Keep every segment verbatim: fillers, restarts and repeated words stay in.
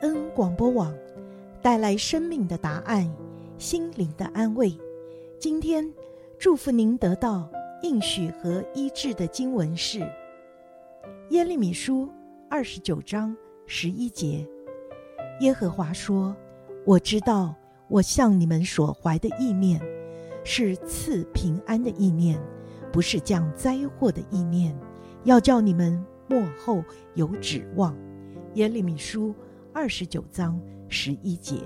恩广播网，带来生命的答案，心灵的安慰。今天祝福您得到应许和医治的经文是耶利米书二十九章十一节。耶和华说，我知道我向你们所怀的意念是赐平安的意念，不是降灾祸的意念，要叫你们末后有指望。耶利米书二十九章十一节。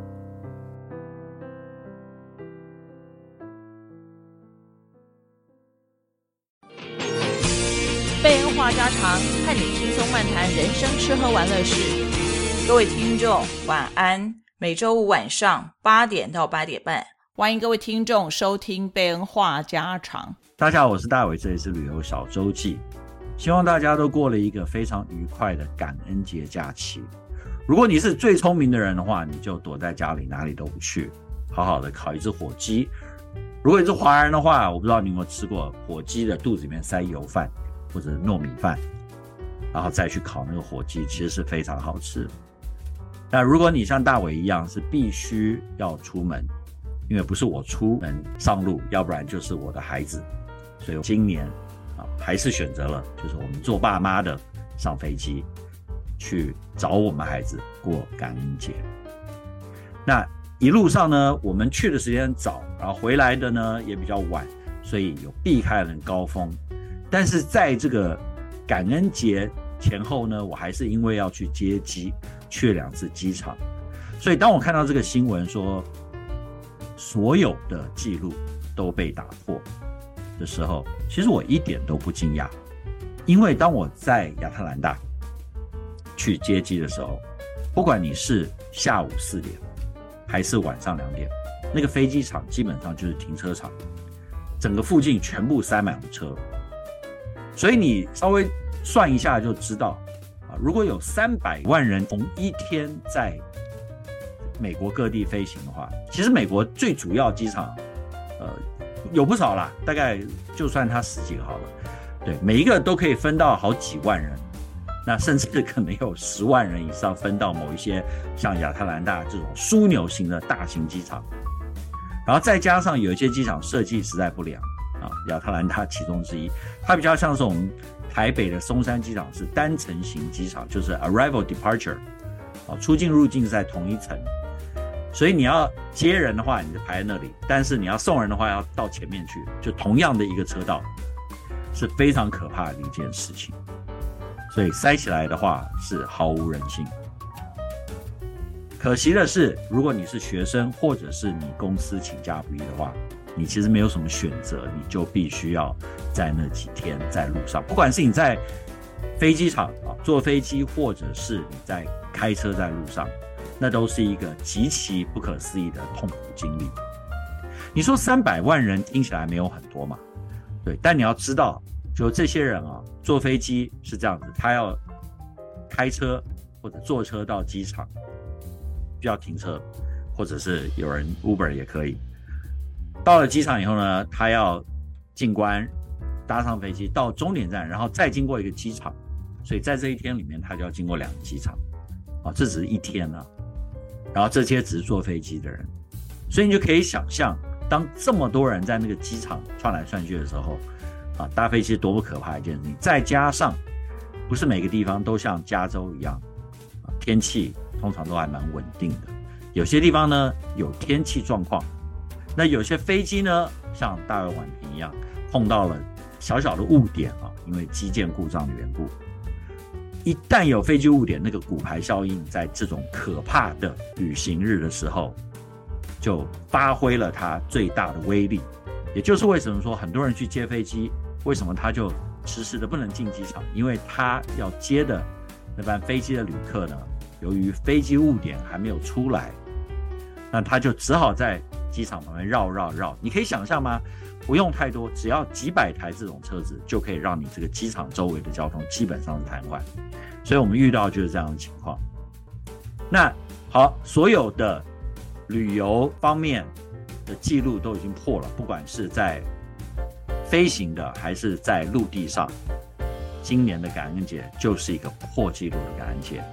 贝恩话家常，和你轻松漫谈人生吃喝玩乐事。各位听众晚安，每周五晚上八点到八点半，欢迎各位听众收听贝恩话家常。 大家好，我是大伟，这里是旅游小周记。希望大家都过了一个非常愉快的感恩节假期。如果你是最聪明的人的话，你就躲在家里哪里都不去，好好的烤一只火鸡。如果你是华人的话，我不知道你有没有吃过火鸡的肚子里面塞油饭或者糯米饭，然后再去烤那个火鸡，其实是非常好吃。那如果你像大伟一样是必须要出门，因为不是我出门上路，要不然就是我的孩子，所以今年啊还是选择了就是我们做爸妈的上飞机去找我们孩子过感恩节。那一路上呢，我们去的时间早，然后回来的呢也比较晚，所以有避开了高峰。但是在这个感恩节前后呢，我还是因为要去接机，去了两次机场。所以当我看到这个新闻说所有的记录都被打破的时候，其实我一点都不惊讶。因为当我在亚特兰大去接机的时候，不管你是下午四点还是晚上两点，那个飞机场基本上就是停车场，整个附近全部塞满了车。所以你稍微算一下就知道，啊，如果有三百万人同一天在美国各地飞行的话，其实美国最主要机场，呃，有不少啦，大概就算它十几个好了，对，每一个都可以分到好几万人，那甚至可能有十万人以上分到某一些像亚特兰大这种枢纽型的大型机场，然后再加上有一些机场设计实在不良。啊，亚特兰大其中之一，它比较像是我们台北的松山机场是单层型机场，就是 arrival departure， 啊，出境入境是在同一层，所以你要接人的话，你就排在那里；但是你要送人的话，要到前面去，就同样的一个车道，是非常可怕的一件事情。所以塞起来的话是毫无人性。可惜的是，如果你是学生或者是你公司请假不易的话，你其实没有什么选择，你就必须要在那几天在路上，不管是你在飞机场啊坐飞机，或者是你在开车在路上，那都是一个极其不可思议的痛苦经历。你说三百万人听起来没有很多嘛？对，但你要知道，就这些人啊，坐飞机是这样子，他要开车或者坐车到机场，需要停车，或者是有人 Uber 也可以。到了机场以后呢，他要进关，搭上飞机到终点站，然后再经过一个机场，所以在这一天里面他就要经过两个机场啊，这只是一天啊。然后这些只是坐飞机的人，所以你就可以想象，当这么多人在那个机场窜来窜去的时候啊，搭飞机多么可怕一件事情。再加上不是每个地方都像加州一样啊，天气通常都还蛮稳定的，有些地方呢有天气状况。那有些飞机呢，像大卫宛平一样，碰到了小小的误点啊，因为机件故障的缘故。一旦有飞机误点，那个骨牌效应在这种可怕的旅行日的时候，就发挥了它最大的威力。也就是为什么说很多人去接飞机，为什么他就迟迟的不能进机场？因为他要接的那班飞机的旅客呢，由于飞机误点还没有出来，那他就只好在机场旁边绕绕绕。你可以想象吗？不用太多，只要几百台这种车子就可以让你这个机场周围的交通基本上是瘫痪。所以我们遇到就是这样的情况。那好，所有的旅游方面的记录都已经破了，不管是在飞行的还是在陆地上，今年的感恩节就是一个破纪录的感恩节。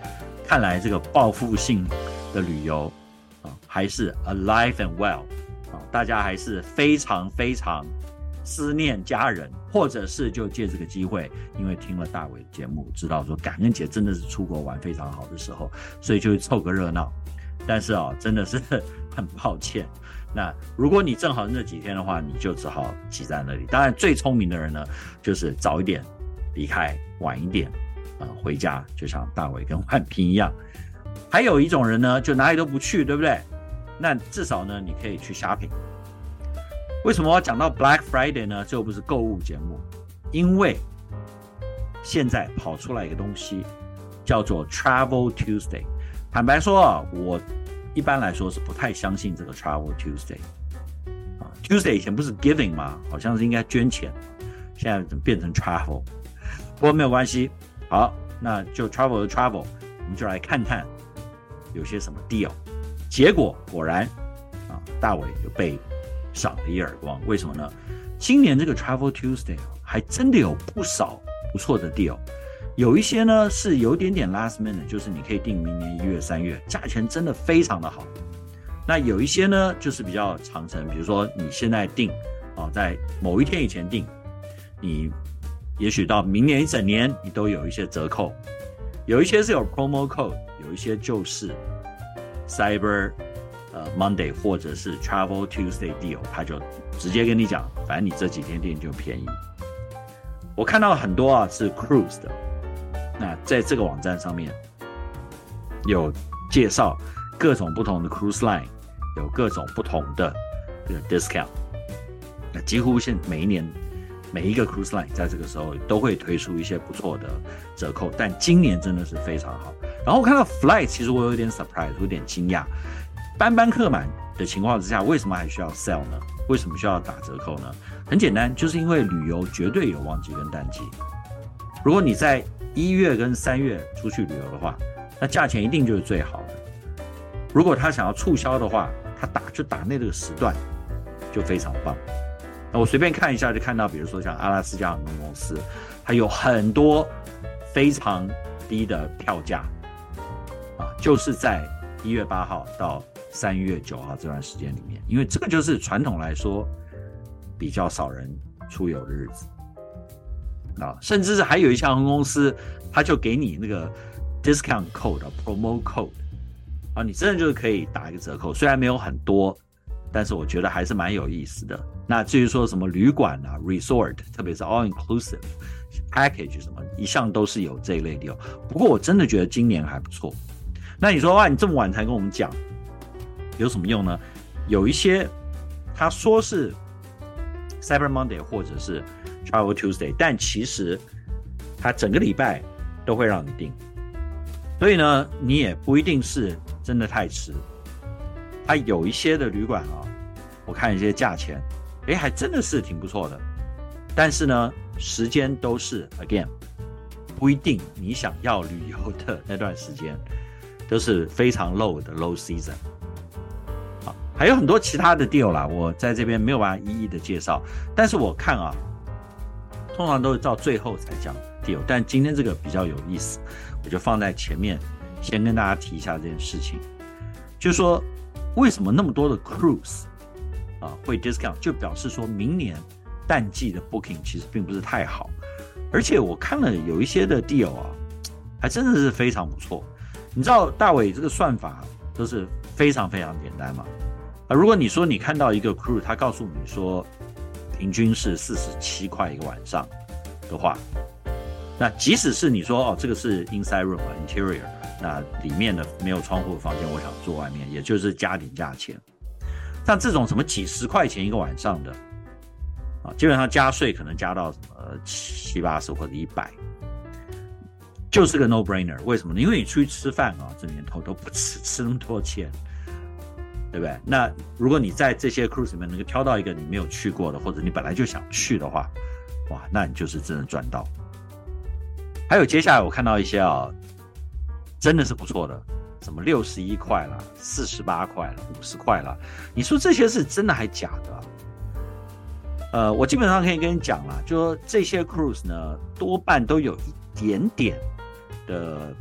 看来这个报复性的旅游啊，还是 alive and well 啊，大家还是非常非常思念家人，或者是就借这个机会，因为听了大伟的节目，知道说感恩节真的是出国玩非常好的时候，所以就会凑个热闹。但是啊，真的是很抱歉。那如果你正好那几天的话，你就只好挤在那里。当然，最聪明的人呢，就是早一点离开，晚一点啊、呃、回家，就像大伟跟焕平一样。还有一种人呢，就哪里都不去，对不对？那至少呢，你可以去 shopping。为什么我要讲到 Black Friday 呢？这又不是购物节目，因为现在跑出来一个东西叫做 Travel Tuesday。坦白说啊，我一般来说是不太相信这个 Travel Tuesday 啊。Tuesday 以前不是 giving 吗？好像是应该捐钱，现在怎么变成 travel？ 不过没有关系，好，那就 travel 的 travel， 我们就来看看有些什么 deal。结果果然啊，大伟就被赏了一耳光。为什么呢？今年这个 Travel Tuesday 还真的有不少不错的 deal。有一些呢是有点点 last minute， 就是你可以订明年一月、三月，价钱真的非常的好。那有一些呢就是比较长程，比如说你现在订啊，在某一天以前订，你也许到明年一整年你都有一些折扣。有一些是有 promo code， 有一些就是 Cyber 呃 Monday 或者是 Travel Tuesday deal， 他就直接跟你讲，反正你这几天订就便宜。我看到很多啊是 cruise 的。那在这个网站上面有介绍各种不同的 cruise line， 有各种不同的这个 discount。那几乎现每一年每一个 cruise line 在这个时候都会推出一些不错的折扣，但今年真的是非常好。然后我看到 flight， 其实我有点 surprise， 有点惊讶，班班客满的情况之下，为什么还需要 sell 呢？为什么需要打折扣呢？很简单，就是因为旅游绝对有旺季跟淡季。如果你在一月跟三月出去旅游的话，那价钱一定就是最好的。如果他想要促销的话，他打就打那个时段，就非常棒。那我随便看一下就看到，比如说像阿拉斯加航空公司，它有很多非常低的票价啊，就是在一月八号到三月九号这段时间里面，因为这个就是传统来说比较少人出游的日子。啊，甚至是还有一些航空公司，他就给你那个 discount code、promo code， 啊，你真的就是可以打一个折扣，虽然没有很多，但是我觉得还是蛮有意思的。那至于说什么旅馆啊、resort， 特别是 all inclusive package 什么，一向都是有这一类的。不过我真的觉得今年还不错。那你说哇，你这么晚才跟我们讲，有什么用呢？有一些他说是 Cyber Monday 或者是Travel Tuesday， 但其实它整个礼拜都会让你订，所以呢，你也不一定是真的太迟。它有一些的旅馆啊，我看一些价钱，哎，还真的是挺不错的。但是呢，时间都是 again 不一定你想要旅游的那段时间，都是非常 low 的 low season。好，还有很多其他的 deal 啦，我在这边没有办法一一的介绍，但是我看啊。通常都是到最后才讲 deal， 但今天这个比较有意思，我就放在前面，先跟大家提一下这件事情。就是说，为什么那么多的 cruise 啊会 discount， 就表示说明年淡季的 booking 其实并不是太好，而且我看了有一些的 deal 啊，还真的是非常不错。你知道大伟这个算法都是非常非常简单嘛？啊，如果你说你看到一个 cruise， 他告诉你说平均是四十七块一个晚上的话，那即使是你说哦，这个是 inside room interior， 那里面的没有窗户的房间，我想坐外面，也就是加点价钱。像这种什么几十块钱一个晚上的啊，基本上加税可能加到什么七八十或者一百，就是个 no brainer。为什么呢？因为你出去吃饭啊，这年头都不吃吃那么多钱。对不对？那如果你在这些 cruise 里面能够挑到一个你没有去过的，或者你本来就想去的话，哇，那你就是真的赚到。还有接下来我看到一些啊，真的是不错的，什么六十一块啦、四十八块啦、五十块啦，你说这些是真的还假的啊？呃，我基本上可以跟你讲啦，就说这些 cruise 呢，多半都有一点点的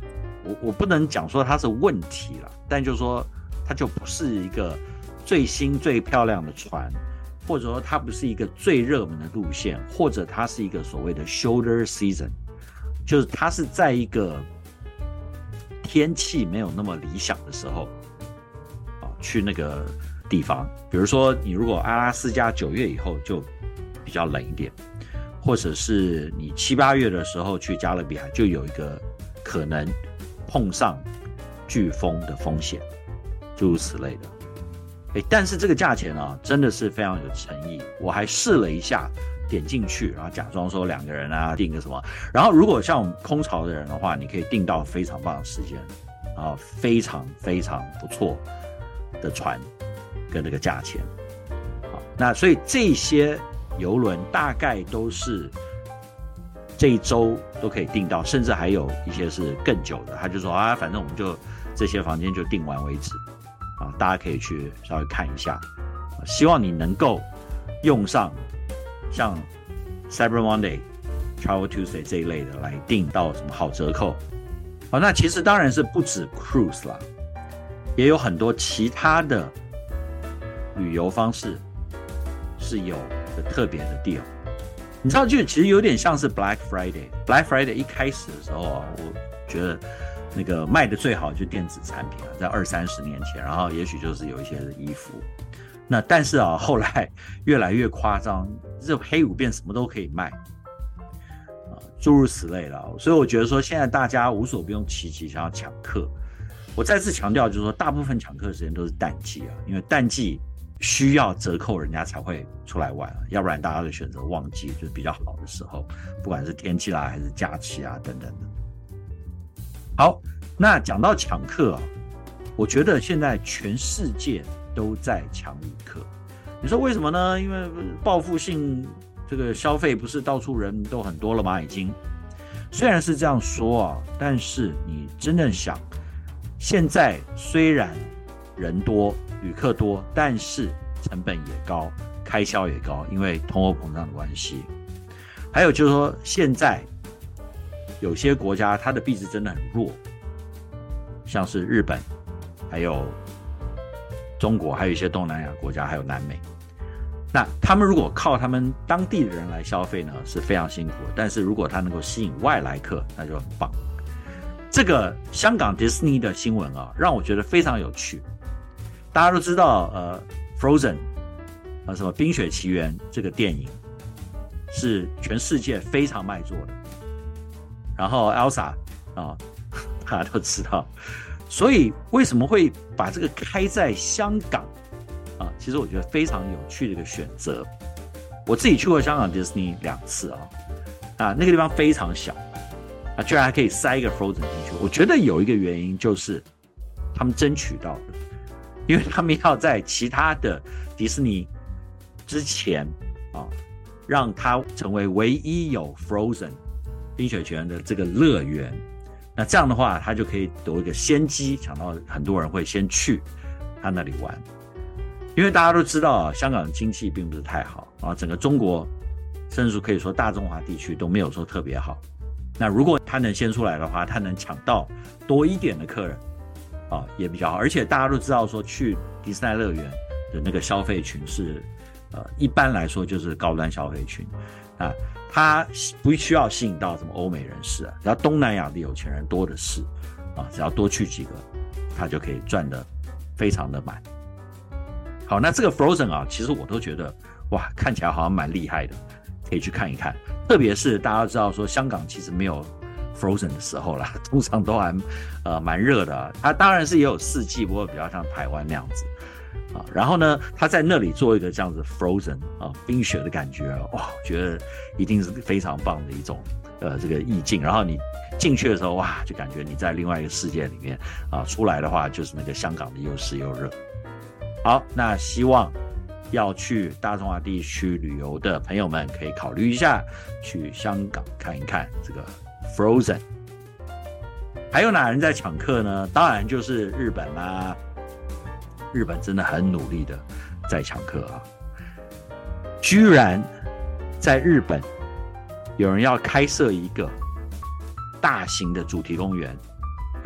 我我不能讲说它是问题了，但就是说它就不是一个最新最漂亮的船，或者说它不是一个最热门的路线，或者它是一个所谓的 shoulder season， 就是它是在一个天气没有那么理想的时候啊去那个地方。比如说你如果阿拉斯加九月以后就比较冷一点，或者是你七八月的时候去加勒比海，就有一个可能碰上飓风的风险，诸如此类的。诶，但是这个价钱啊，真的是非常有诚意。我还试了一下，点进去，然后假装说两个人啊订个什么，然后如果像我们空巢的人的话，你可以订到非常棒的时间，然后非常非常不错的船跟那个价钱。好，那所以这些邮轮大概都是这一周都可以订到，甚至还有一些是更久的。他就说啊，反正我们就这些房间就订完为止啊，大家可以去稍微看一下。希望你能够用上像 Cyber Monday、Travel Tuesday 这一类的来订到什么好折扣。好，那其实当然是不止 cruise 啦，也有很多其他的旅游方式是有的特别的 deal。你知道，就其实有点像是 Black Friday。Black Friday 一开始的时候啊，我觉得那个卖的最好就是电子产品啊，在二三十年前，然后也许就是有一些的衣服。那但是啊，后来越来越夸张，这黑五变什么都可以卖啊，诸如此类了。所以我觉得说，现在大家无所不用其极，想要抢客。我再次强调，就是说，大部分抢客的时间都是淡季啊，因为淡季需要折扣，人家才会出来玩啊，要不然大家会选择旺季，就是比较好的时候，不管是天气啦，还是假期啊等等的。好，那讲到抢客啊，我觉得现在全世界都在抢旅客。你说为什么呢？因为报复性这个消费不是到处人都很多了吗？已经，虽然是这样说啊，但是你真正想，现在虽然人多旅客多，但是成本也高，开销也高，因为通货膨胀的关系。还有就是说，现在有些国家它的币值真的很弱，像是日本，还有中国，还有一些东南亚国家，还有南美。那他们如果靠他们当地的人来消费呢，是非常辛苦的，但是如果他能够吸引外来客，那就很棒。这个香港迪士尼的新闻啊，让我觉得非常有趣。大家都知道，呃 ，Frozen， 呃，什么《冰雪奇缘》这个电影是全世界非常卖座的。然后 Elsa 啊，大家都知道。所以为什么会把这个开在香港啊？其实我觉得非常有趣的一个选择。我自己去过香港迪士尼两次啊，啊，那个地方非常小。啊，居然还可以塞一个 Frozen 进去，我觉得有一个原因就是他们争取到的，因为他们要在其他的迪士尼之前啊，让它成为唯一有 Frozen 冰雪奇缘的这个乐园。那这样的话，他就可以得一个先机，想到很多人会先去他那里玩。因为大家都知道啊，香港的经济并不是太好啊，整个中国甚至可以说大中华地区都没有说特别好。那如果他能先出来的话，他能抢到多一点的客人啊，也比较好。而且大家都知道说，去迪士尼乐园的那个消费群是，呃，一般来说就是高端消费群啊，他不需要吸引到什么欧美人士啊，只要东南亚的有钱人多的是啊，只要多去几个，他就可以赚得非常的满。好，那这个 Frozen 啊，其实我都觉得哇，看起来好像蛮厉害的，可以去看一看。特别是大家知道说，香港其实没有 Frozen 的时候啦，通常都还呃蛮热的啊。它当然是也有四季，不过比较像台湾那样子啊。然后呢，他在那里做一个这样子 Frozen 啊，冰雪的感觉，哇，我觉得一定是非常棒的一种呃这个意境。然后你进去的时候，哇，就感觉你在另外一个世界里面啊，出来的话就是那个香港的又湿又热。好，那希望要去大中华地区旅游的朋友们可以考虑一下去香港看一看这个 Frozen。 还有哪人在抢客呢？当然就是日本啦。日本真的很努力的在抢客啊，居然在日本有人要开设一个大型的主题公园，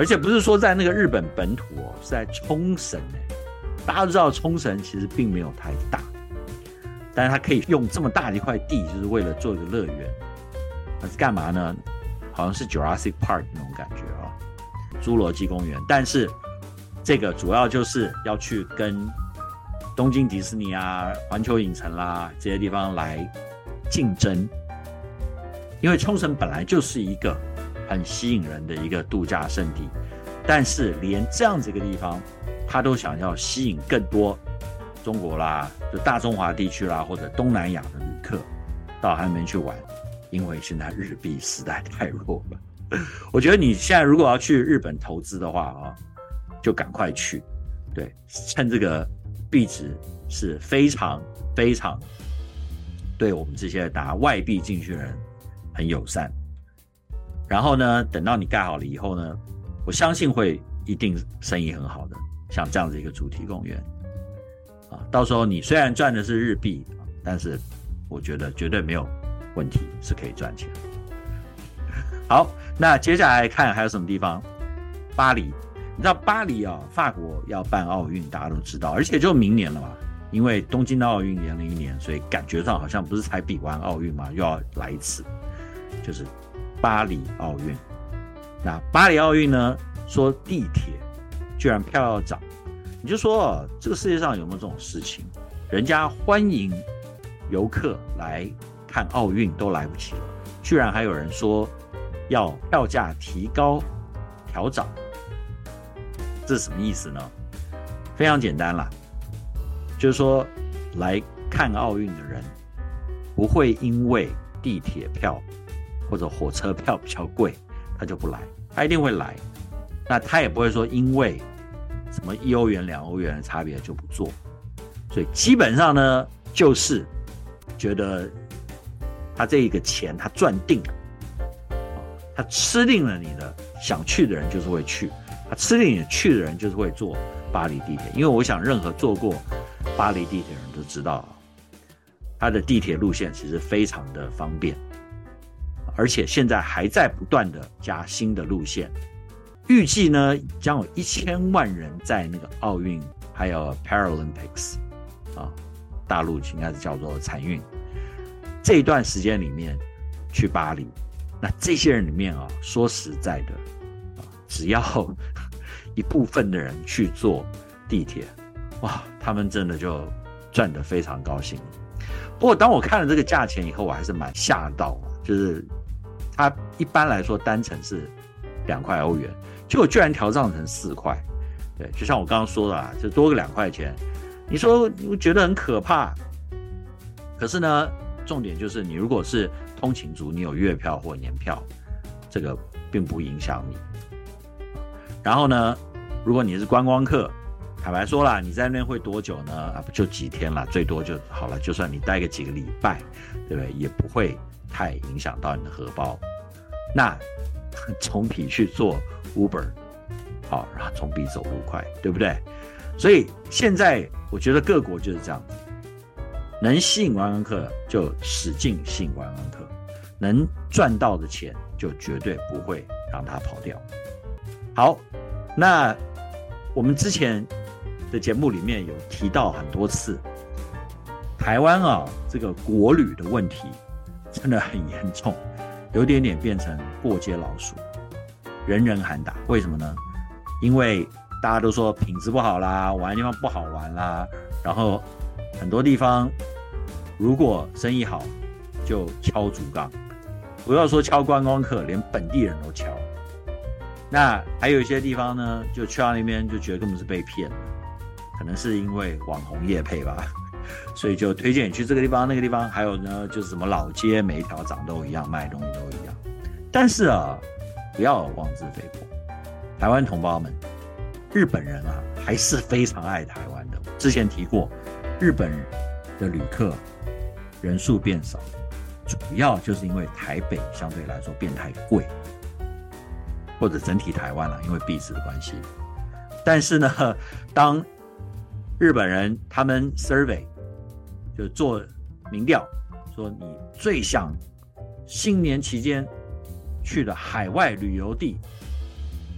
而且不是说在那个日本本土哦，是在冲绳哎。大家都知道冲绳其实并没有太大，但是它可以用这么大的一块地，就是为了做一个乐园。那是干嘛呢？好像是 Jurassic Park 那种感觉啊，侏罗纪公园。但是这个主要就是要去跟东京迪士尼啊、环球影城啦这些地方来竞争，因为冲绳本来就是一个很吸引人的一个度假胜地，但是连这样子一个地方，他都想要吸引更多中国啦，就大中华地区啦，或者东南亚的旅客到他那边去玩，因为现在日币实在太弱了。我觉得你现在如果要去日本投资的话啊，就赶快去，对，趁这个币值是非常非常对我们这些拿外币进去的人很友善。然后呢，等到你盖好了以后呢，我相信会一定生意很好的。像这样子一个主题公园啊，到时候你虽然赚的是日币，但是我觉得绝对没有问题，是可以赚钱。好，那接下来看还有什么地方？巴黎，你知道巴黎啊，法国要办奥运，大家都知道，而且就明年了嘛，因为东京的奥运延了一年，所以感觉上好像不是才比完奥运嘛，又要来一次，就是巴黎奥运。那巴黎奥运呢，说地铁居然票要涨，你就说、哦、这个世界上有没有这种事情？人家欢迎游客来看奥运都来不及了，居然还有人说要票价提高调涨，这是什么意思呢？非常简单啦，就是说来看奥运的人不会因为地铁票或者火车票比较贵他就不来，他一定会来。那他也不会说因为什么一欧元两欧元的差别就不做，所以基本上呢，就是觉得他这一个钱他赚定了，他吃定了你的想去的人就是会去，他吃定你去的人就是会坐巴黎地铁。因为我想任何坐过巴黎地铁的人都知道，他的地铁路线其实非常的方便，而且现在还在不断的加新的路线。预计呢，将有一千万人在那个奥运还有 Paralympics 啊，大陆应该是叫做残运这一段时间里面去巴黎。那这些人里面啊，说实在的啊，只要一部分的人去坐地铁，哇，他们真的就赚得非常高兴。不过当我看了这个价钱以后，我还是蛮吓到，就是它一般来说单程是两块欧元，结果居然调涨成四块。对，就像我刚刚说的啦，就多个两块钱。你说你觉得很可怕，可是呢，重点就是你如果是通勤族，你有月票或年票，这个并不影响你。然后呢，如果你是观光客，坦白说啦，你在那边会多久呢？啊，不就几天啦，最多就好了。就算你待个几个礼拜，对不对？也不会太影响到你的荷包。那总比去做 Uber 好，然后总比走路快，对不对？所以现在我觉得各国就是这样子，能吸引观光客就使劲吸引观光客，能赚到的钱就绝对不会让它跑掉。好，那我们之前的节目里面有提到很多次，台湾啊这个国旅的问题真的很严重，有点点变成过街老鼠，人人喊打。为什么呢？因为大家都说品质不好啦，玩的地方不好玩啦，然后很多地方如果生意好就敲竹杠，不要说敲观光客，连本地人都敲。那还有一些地方呢，就去到那边就觉得根本是被骗的，可能是因为网红业配吧，所以就推荐你去这个地方那个地方。还有呢，就是什么老街每一条长都一样，卖的东西都一样。但是啊，不要妄自菲薄，台湾同胞们，日本人啊还是非常爱台湾的。之前提过，日本的旅客人数变少，主要就是因为台北相对来说变太贵，或者整体台湾啦，因为币值的关系。但是呢，当日本人他们 survey 就做民调，说你最想新年期间去的海外旅游地，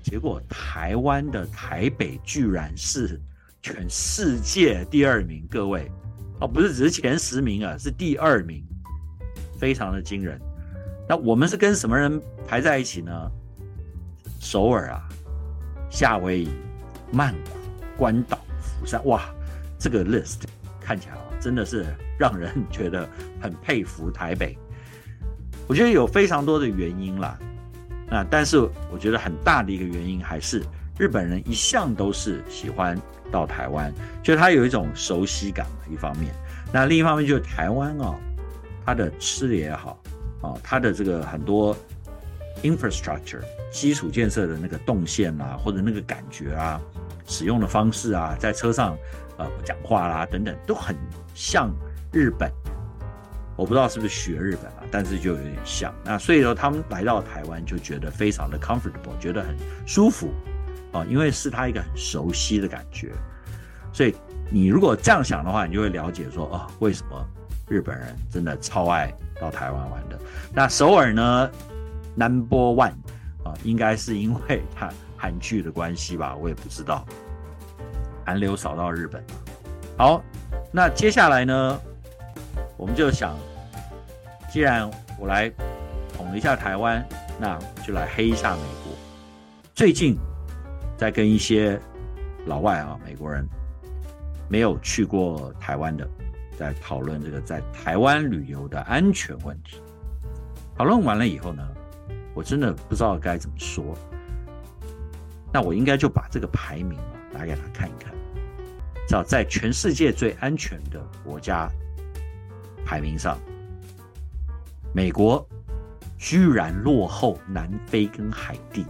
结果台湾的台北居然是全世界第二名，各位哦，不是只是前十名啊，是第二名，非常的惊人。那我们是跟什么人排在一起呢？首尔啊、夏威夷、曼谷、关岛、釜山，哇，这个 list 看起来啊，真的是让人觉得很佩服台北。我觉得有非常多的原因啦，那但是我觉得很大的一个原因还是日本人一向都是喜欢到台湾，就他有一种熟悉感一方面，那另一方面就是台湾哦，它的吃也好哦，它的这个很多 infrastructure 基础建设的那个动线啊，或者那个感觉啊，使用的方式啊，在车上呃讲话啦等等，都很像日本。我不知道是不是学日本啊，但是就有点像。那所以说他们来到台湾就觉得非常的 comfortable， 觉得很舒服啊，因为是他一个很熟悉的感觉。所以你如果这样想的话，你就会了解说哦，为什么日本人真的超爱到台湾玩的。那首尔呢 number one 啊，应该是因为它韩剧的关系吧，我也不知道。韩流扫到日本。好，那接下来呢，我们就想，既然我来捧一下台湾，那就来黑一下美国。最近在跟一些老外啊，美国人没有去过台湾的，在讨论这个在台湾旅游的安全问题。讨论完了以后呢，我真的不知道该怎么说。那我应该就把这个排名啊拿给他看一看，知道在全世界最安全的国家排名上，美国居然落后南非跟海地。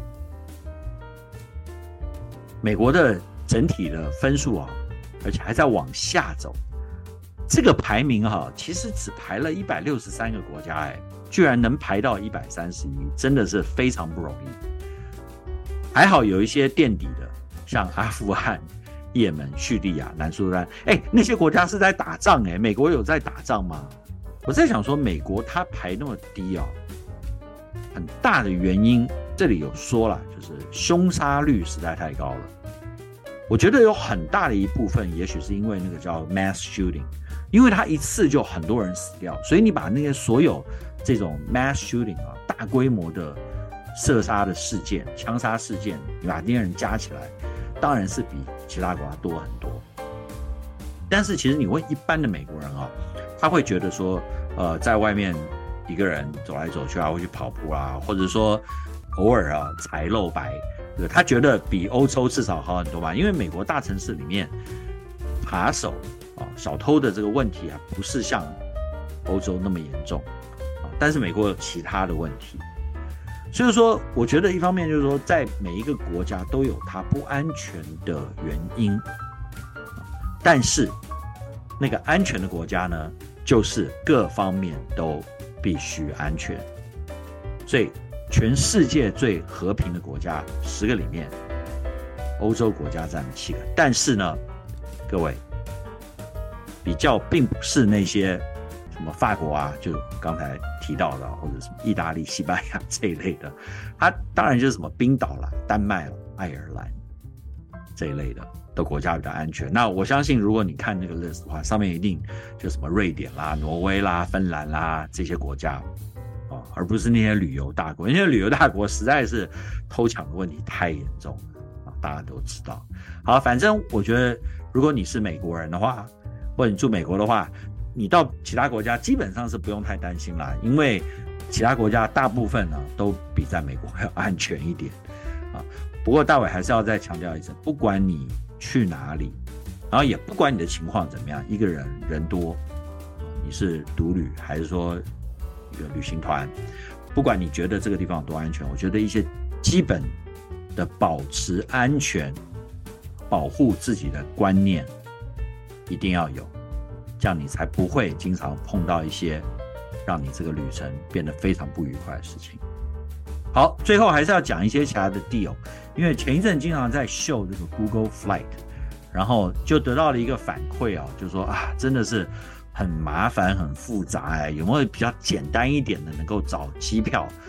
美国的整体的分数啊，而且还在往下走。这个排名啊，其实只排了一百六十三个国家，哎，居然能排到一百三十一，真的是非常不容易。还好有一些垫底的，像阿富汗、也门、叙利亚、南苏丹，哎，那些国家是在打仗，哎，美国有在打仗吗？我在想说，美国它排那么低啊，很大的原因，这里有说了，就是凶杀率实在太高了。我觉得有很大的一部分，也许是因为那个叫 mass shooting， 因为它一次就很多人死掉，所以你把那些所有这种 mass shooting 啊，大规模的射杀的事件、枪杀事件，你把这些人加起来，当然是比其他国家多很多。但是其实你问一般的美国人啊，他会觉得说，呃，在外面一个人走来走去啊，会去跑步啊，或者说偶尔啊踩露白，他觉得比欧洲至少好很多吧。因为美国大城市里面扒手啊、小偷的这个问题啊，不是像欧洲那么严重啊，但是美国有其他的问题。所以说，我觉得一方面就是说，在每一个国家都有它不安全的原因，但是那个安全的国家呢，就是各方面都必须安全。所以全世界最和平的国家十个里面，欧洲国家占了七个。但是呢，各位比较并不是那些什么法国啊，就刚才提到的，或者什么意大利、西班牙这一类的，它当然就是什么冰岛啦、丹麦啦、爱尔兰这一类的的国家比较安全。那我相信，如果你看那个 list 的话，上面一定就什么瑞典啦、挪威啦、芬兰啦这些国家。哦、而不是那些旅游大国，因为旅游大国实在是偷抢的问题太严重了、啊、大家都知道。好，反正我觉得，如果你是美国人的话，或者你住美国的话，你到其他国家基本上是不用太担心啦，因为其他国家大部分呢都比在美国要安全一点啊。不过大伟还是要再强调一次，不管你去哪里，然后也不管你的情况怎么样，一个人人多，你是独旅还是说一个旅行团，不管你觉得这个地方有多安全，我觉得一些基本的保持安全、保护自己的观念一定要有，这样你才不会经常碰到一些让你这个旅程变得非常不愉快的事情。好，最后还是要讲一些其他的 deal， 因为前一阵经常在秀这个 Google Flight， 然后就得到了一个反馈啊，就是说啊，真的是很麻烦很复杂，哎，有没有比较简单一点的能够找机票？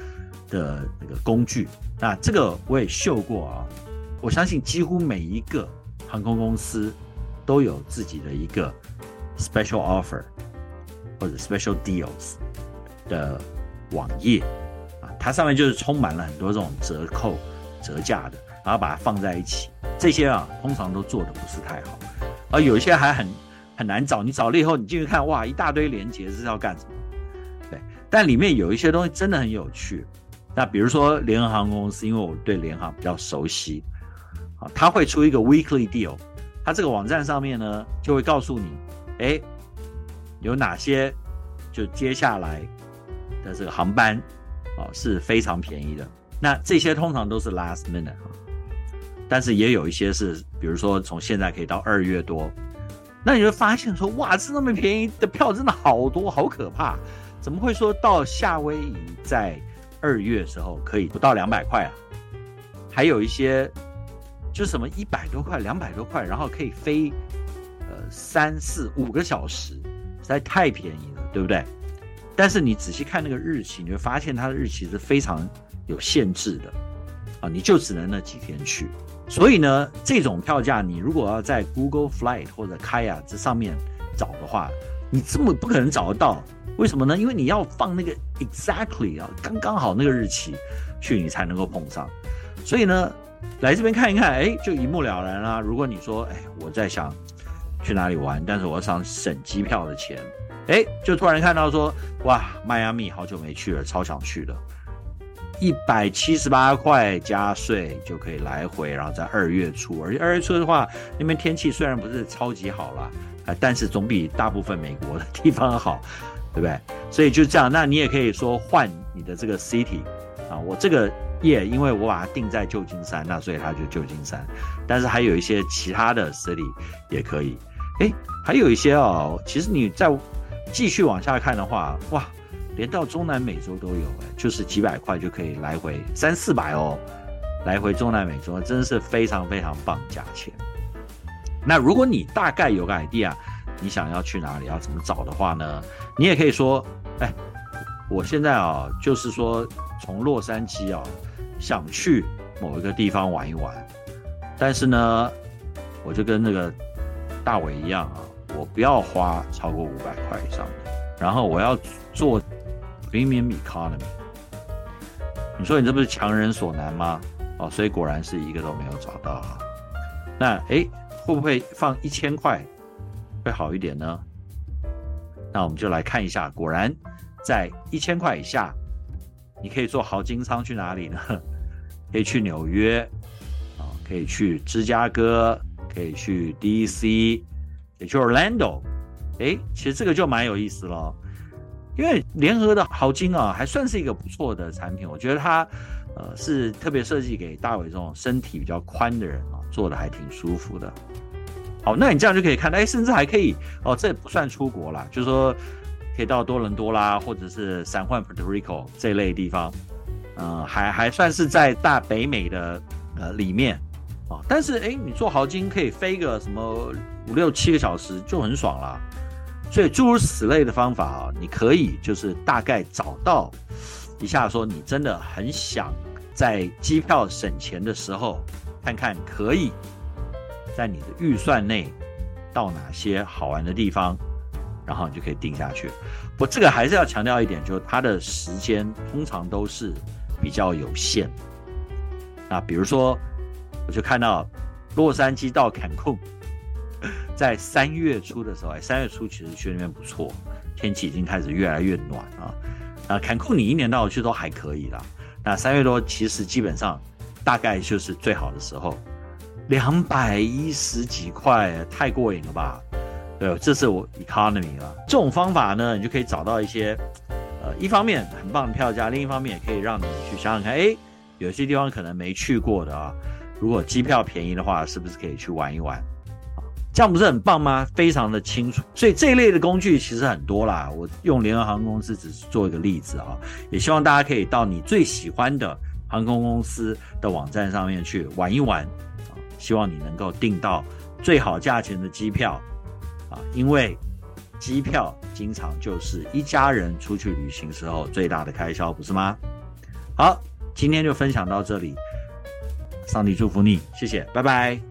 的那个工具。那这个我也秀过啊，我相信几乎每一个航空公司都有自己的一个 special offer 或者 special deals 的网页啊，它上面就是充满了很多这种折扣折价的，然后把它放在一起。这些啊通常都做的不是太好，而有一些还很很难找，你找了以后你进去看，哇，一大堆连结是要干什么？对，但里面有一些东西真的很有趣。那比如说联合航空公司，因为我对联航比较熟悉，它会出一个 weekly deal， 它这个网站上面呢就会告诉你，哎，有哪些就接下来的这个航班啊是非常便宜的。那这些通常都是 last minute， 但是也有一些是，比如说从现在可以到二月多，那你就发现说，哇，这么便宜的票真的好多，好可怕！怎么会说到夏威夷在二月的时候可以不到两百块啊？还有一些就什么一百多块、两百多块，然后可以飞呃三四五个小时，实在太便宜了，对不对？但是你仔细看那个日期，你会发现它的日期是非常有限制的啊，你就只能那几天去。所以呢，这种票价你如果要在 Google Flight 或者 Kayak 这上面找的话，你这么不可能找得到。为什么呢？因为你要放那个 exactly 啊，刚刚好那个日期去，你才能够碰上。所以呢，来这边看一看，哎，就一目了然啦。如果你说，哎，我在想去哪里玩，但是我想省机票的钱，哎，就突然看到说，哇，迈阿密好久没去了，超想去的。一百七十八块加税就可以来回，然后在二月初，而且二月初的话，那边天气虽然不是超级好啦，呃、但是总比大部分美国的地方好，对不对？所以就这样，那你也可以说换你的这个 city 啊，我这个页因为我把它定在旧金山，那所以它就旧金山，但是还有一些其他的 city 也可以。哎，还有一些哦，其实你再继续往下看的话，哇，连到中南美洲都有，哎，就是几百块就可以来回三四百哦，来回中南美洲，真的是非常非常棒价钱。那如果你大概有个 idea， 你想要去哪里，要怎么找的话呢？你也可以说，哎，我现在啊，就是说从洛杉矶啊，想去某一个地方玩一玩，但是呢，我就跟那个大伟一样啊，我不要花超过五百块以上的，然后我要做 Premium Economy。你说你这不是强人所难吗？哦，所以果然是一个都没有找到啊。那哎，会不会放一千块会好一点呢？那我们就来看一下，果然在一千块以下，你可以坐豪金舱去哪里呢？可以去纽约，啊，可以去芝加哥，可以去 D C， 可以去 Orlando。哎，其实这个就蛮有意思了，因为联合的豪金啊，还算是一个不错的产品，我觉得它呃是特别设计给大伟这种身体比较宽的人啊，坐的还挺舒服的。好，那你这样就可以看到，哎，甚至还可以哦，这也不算出国啦，就是说可以到多伦多啦，或者是San Juan Puerto Rico 这类地方，呃，还还算是在大北美的呃里面啊、哦。但是哎，你坐豪金可以飞个什么五六七个小时就很爽啦。所以诸如此类的方法啊，你可以就是大概找到一下，说你真的很想在机票省钱的时候，看看可以在你的预算内到哪些好玩的地方，然后你就可以定下去。不过这个还是要强调一点，就是它的时间通常都是比较有限。那比如说，我就看到洛杉矶到坎昆，在三月初的时候，三月初其实去那边不错，天气已经开始越来越暖啊。那坎昆你一年到头去都还可以啦。那三月多其实基本上大概就是最好的时候。两百一十几块，太过瘾了吧？对，这是我 economy 了。这种方法呢，你就可以找到一些，呃，一方面很棒的票价，另一方面也可以让你去想想看，哎，有些地方可能没去过的啊，如果机票便宜的话，是不是可以去玩一玩？这样不是很棒吗？非常的清楚。所以这一类的工具其实很多啦，我用联合航空公司只是做一个例子啊，也希望大家可以到你最喜欢的航空公司的网站上面去玩一玩。希望你能够订到最好价钱的机票啊，因为机票经常就是一家人出去旅行时候最大的开销，不是吗？ 好，今天就分享到这里，上帝祝福你，谢谢，拜拜。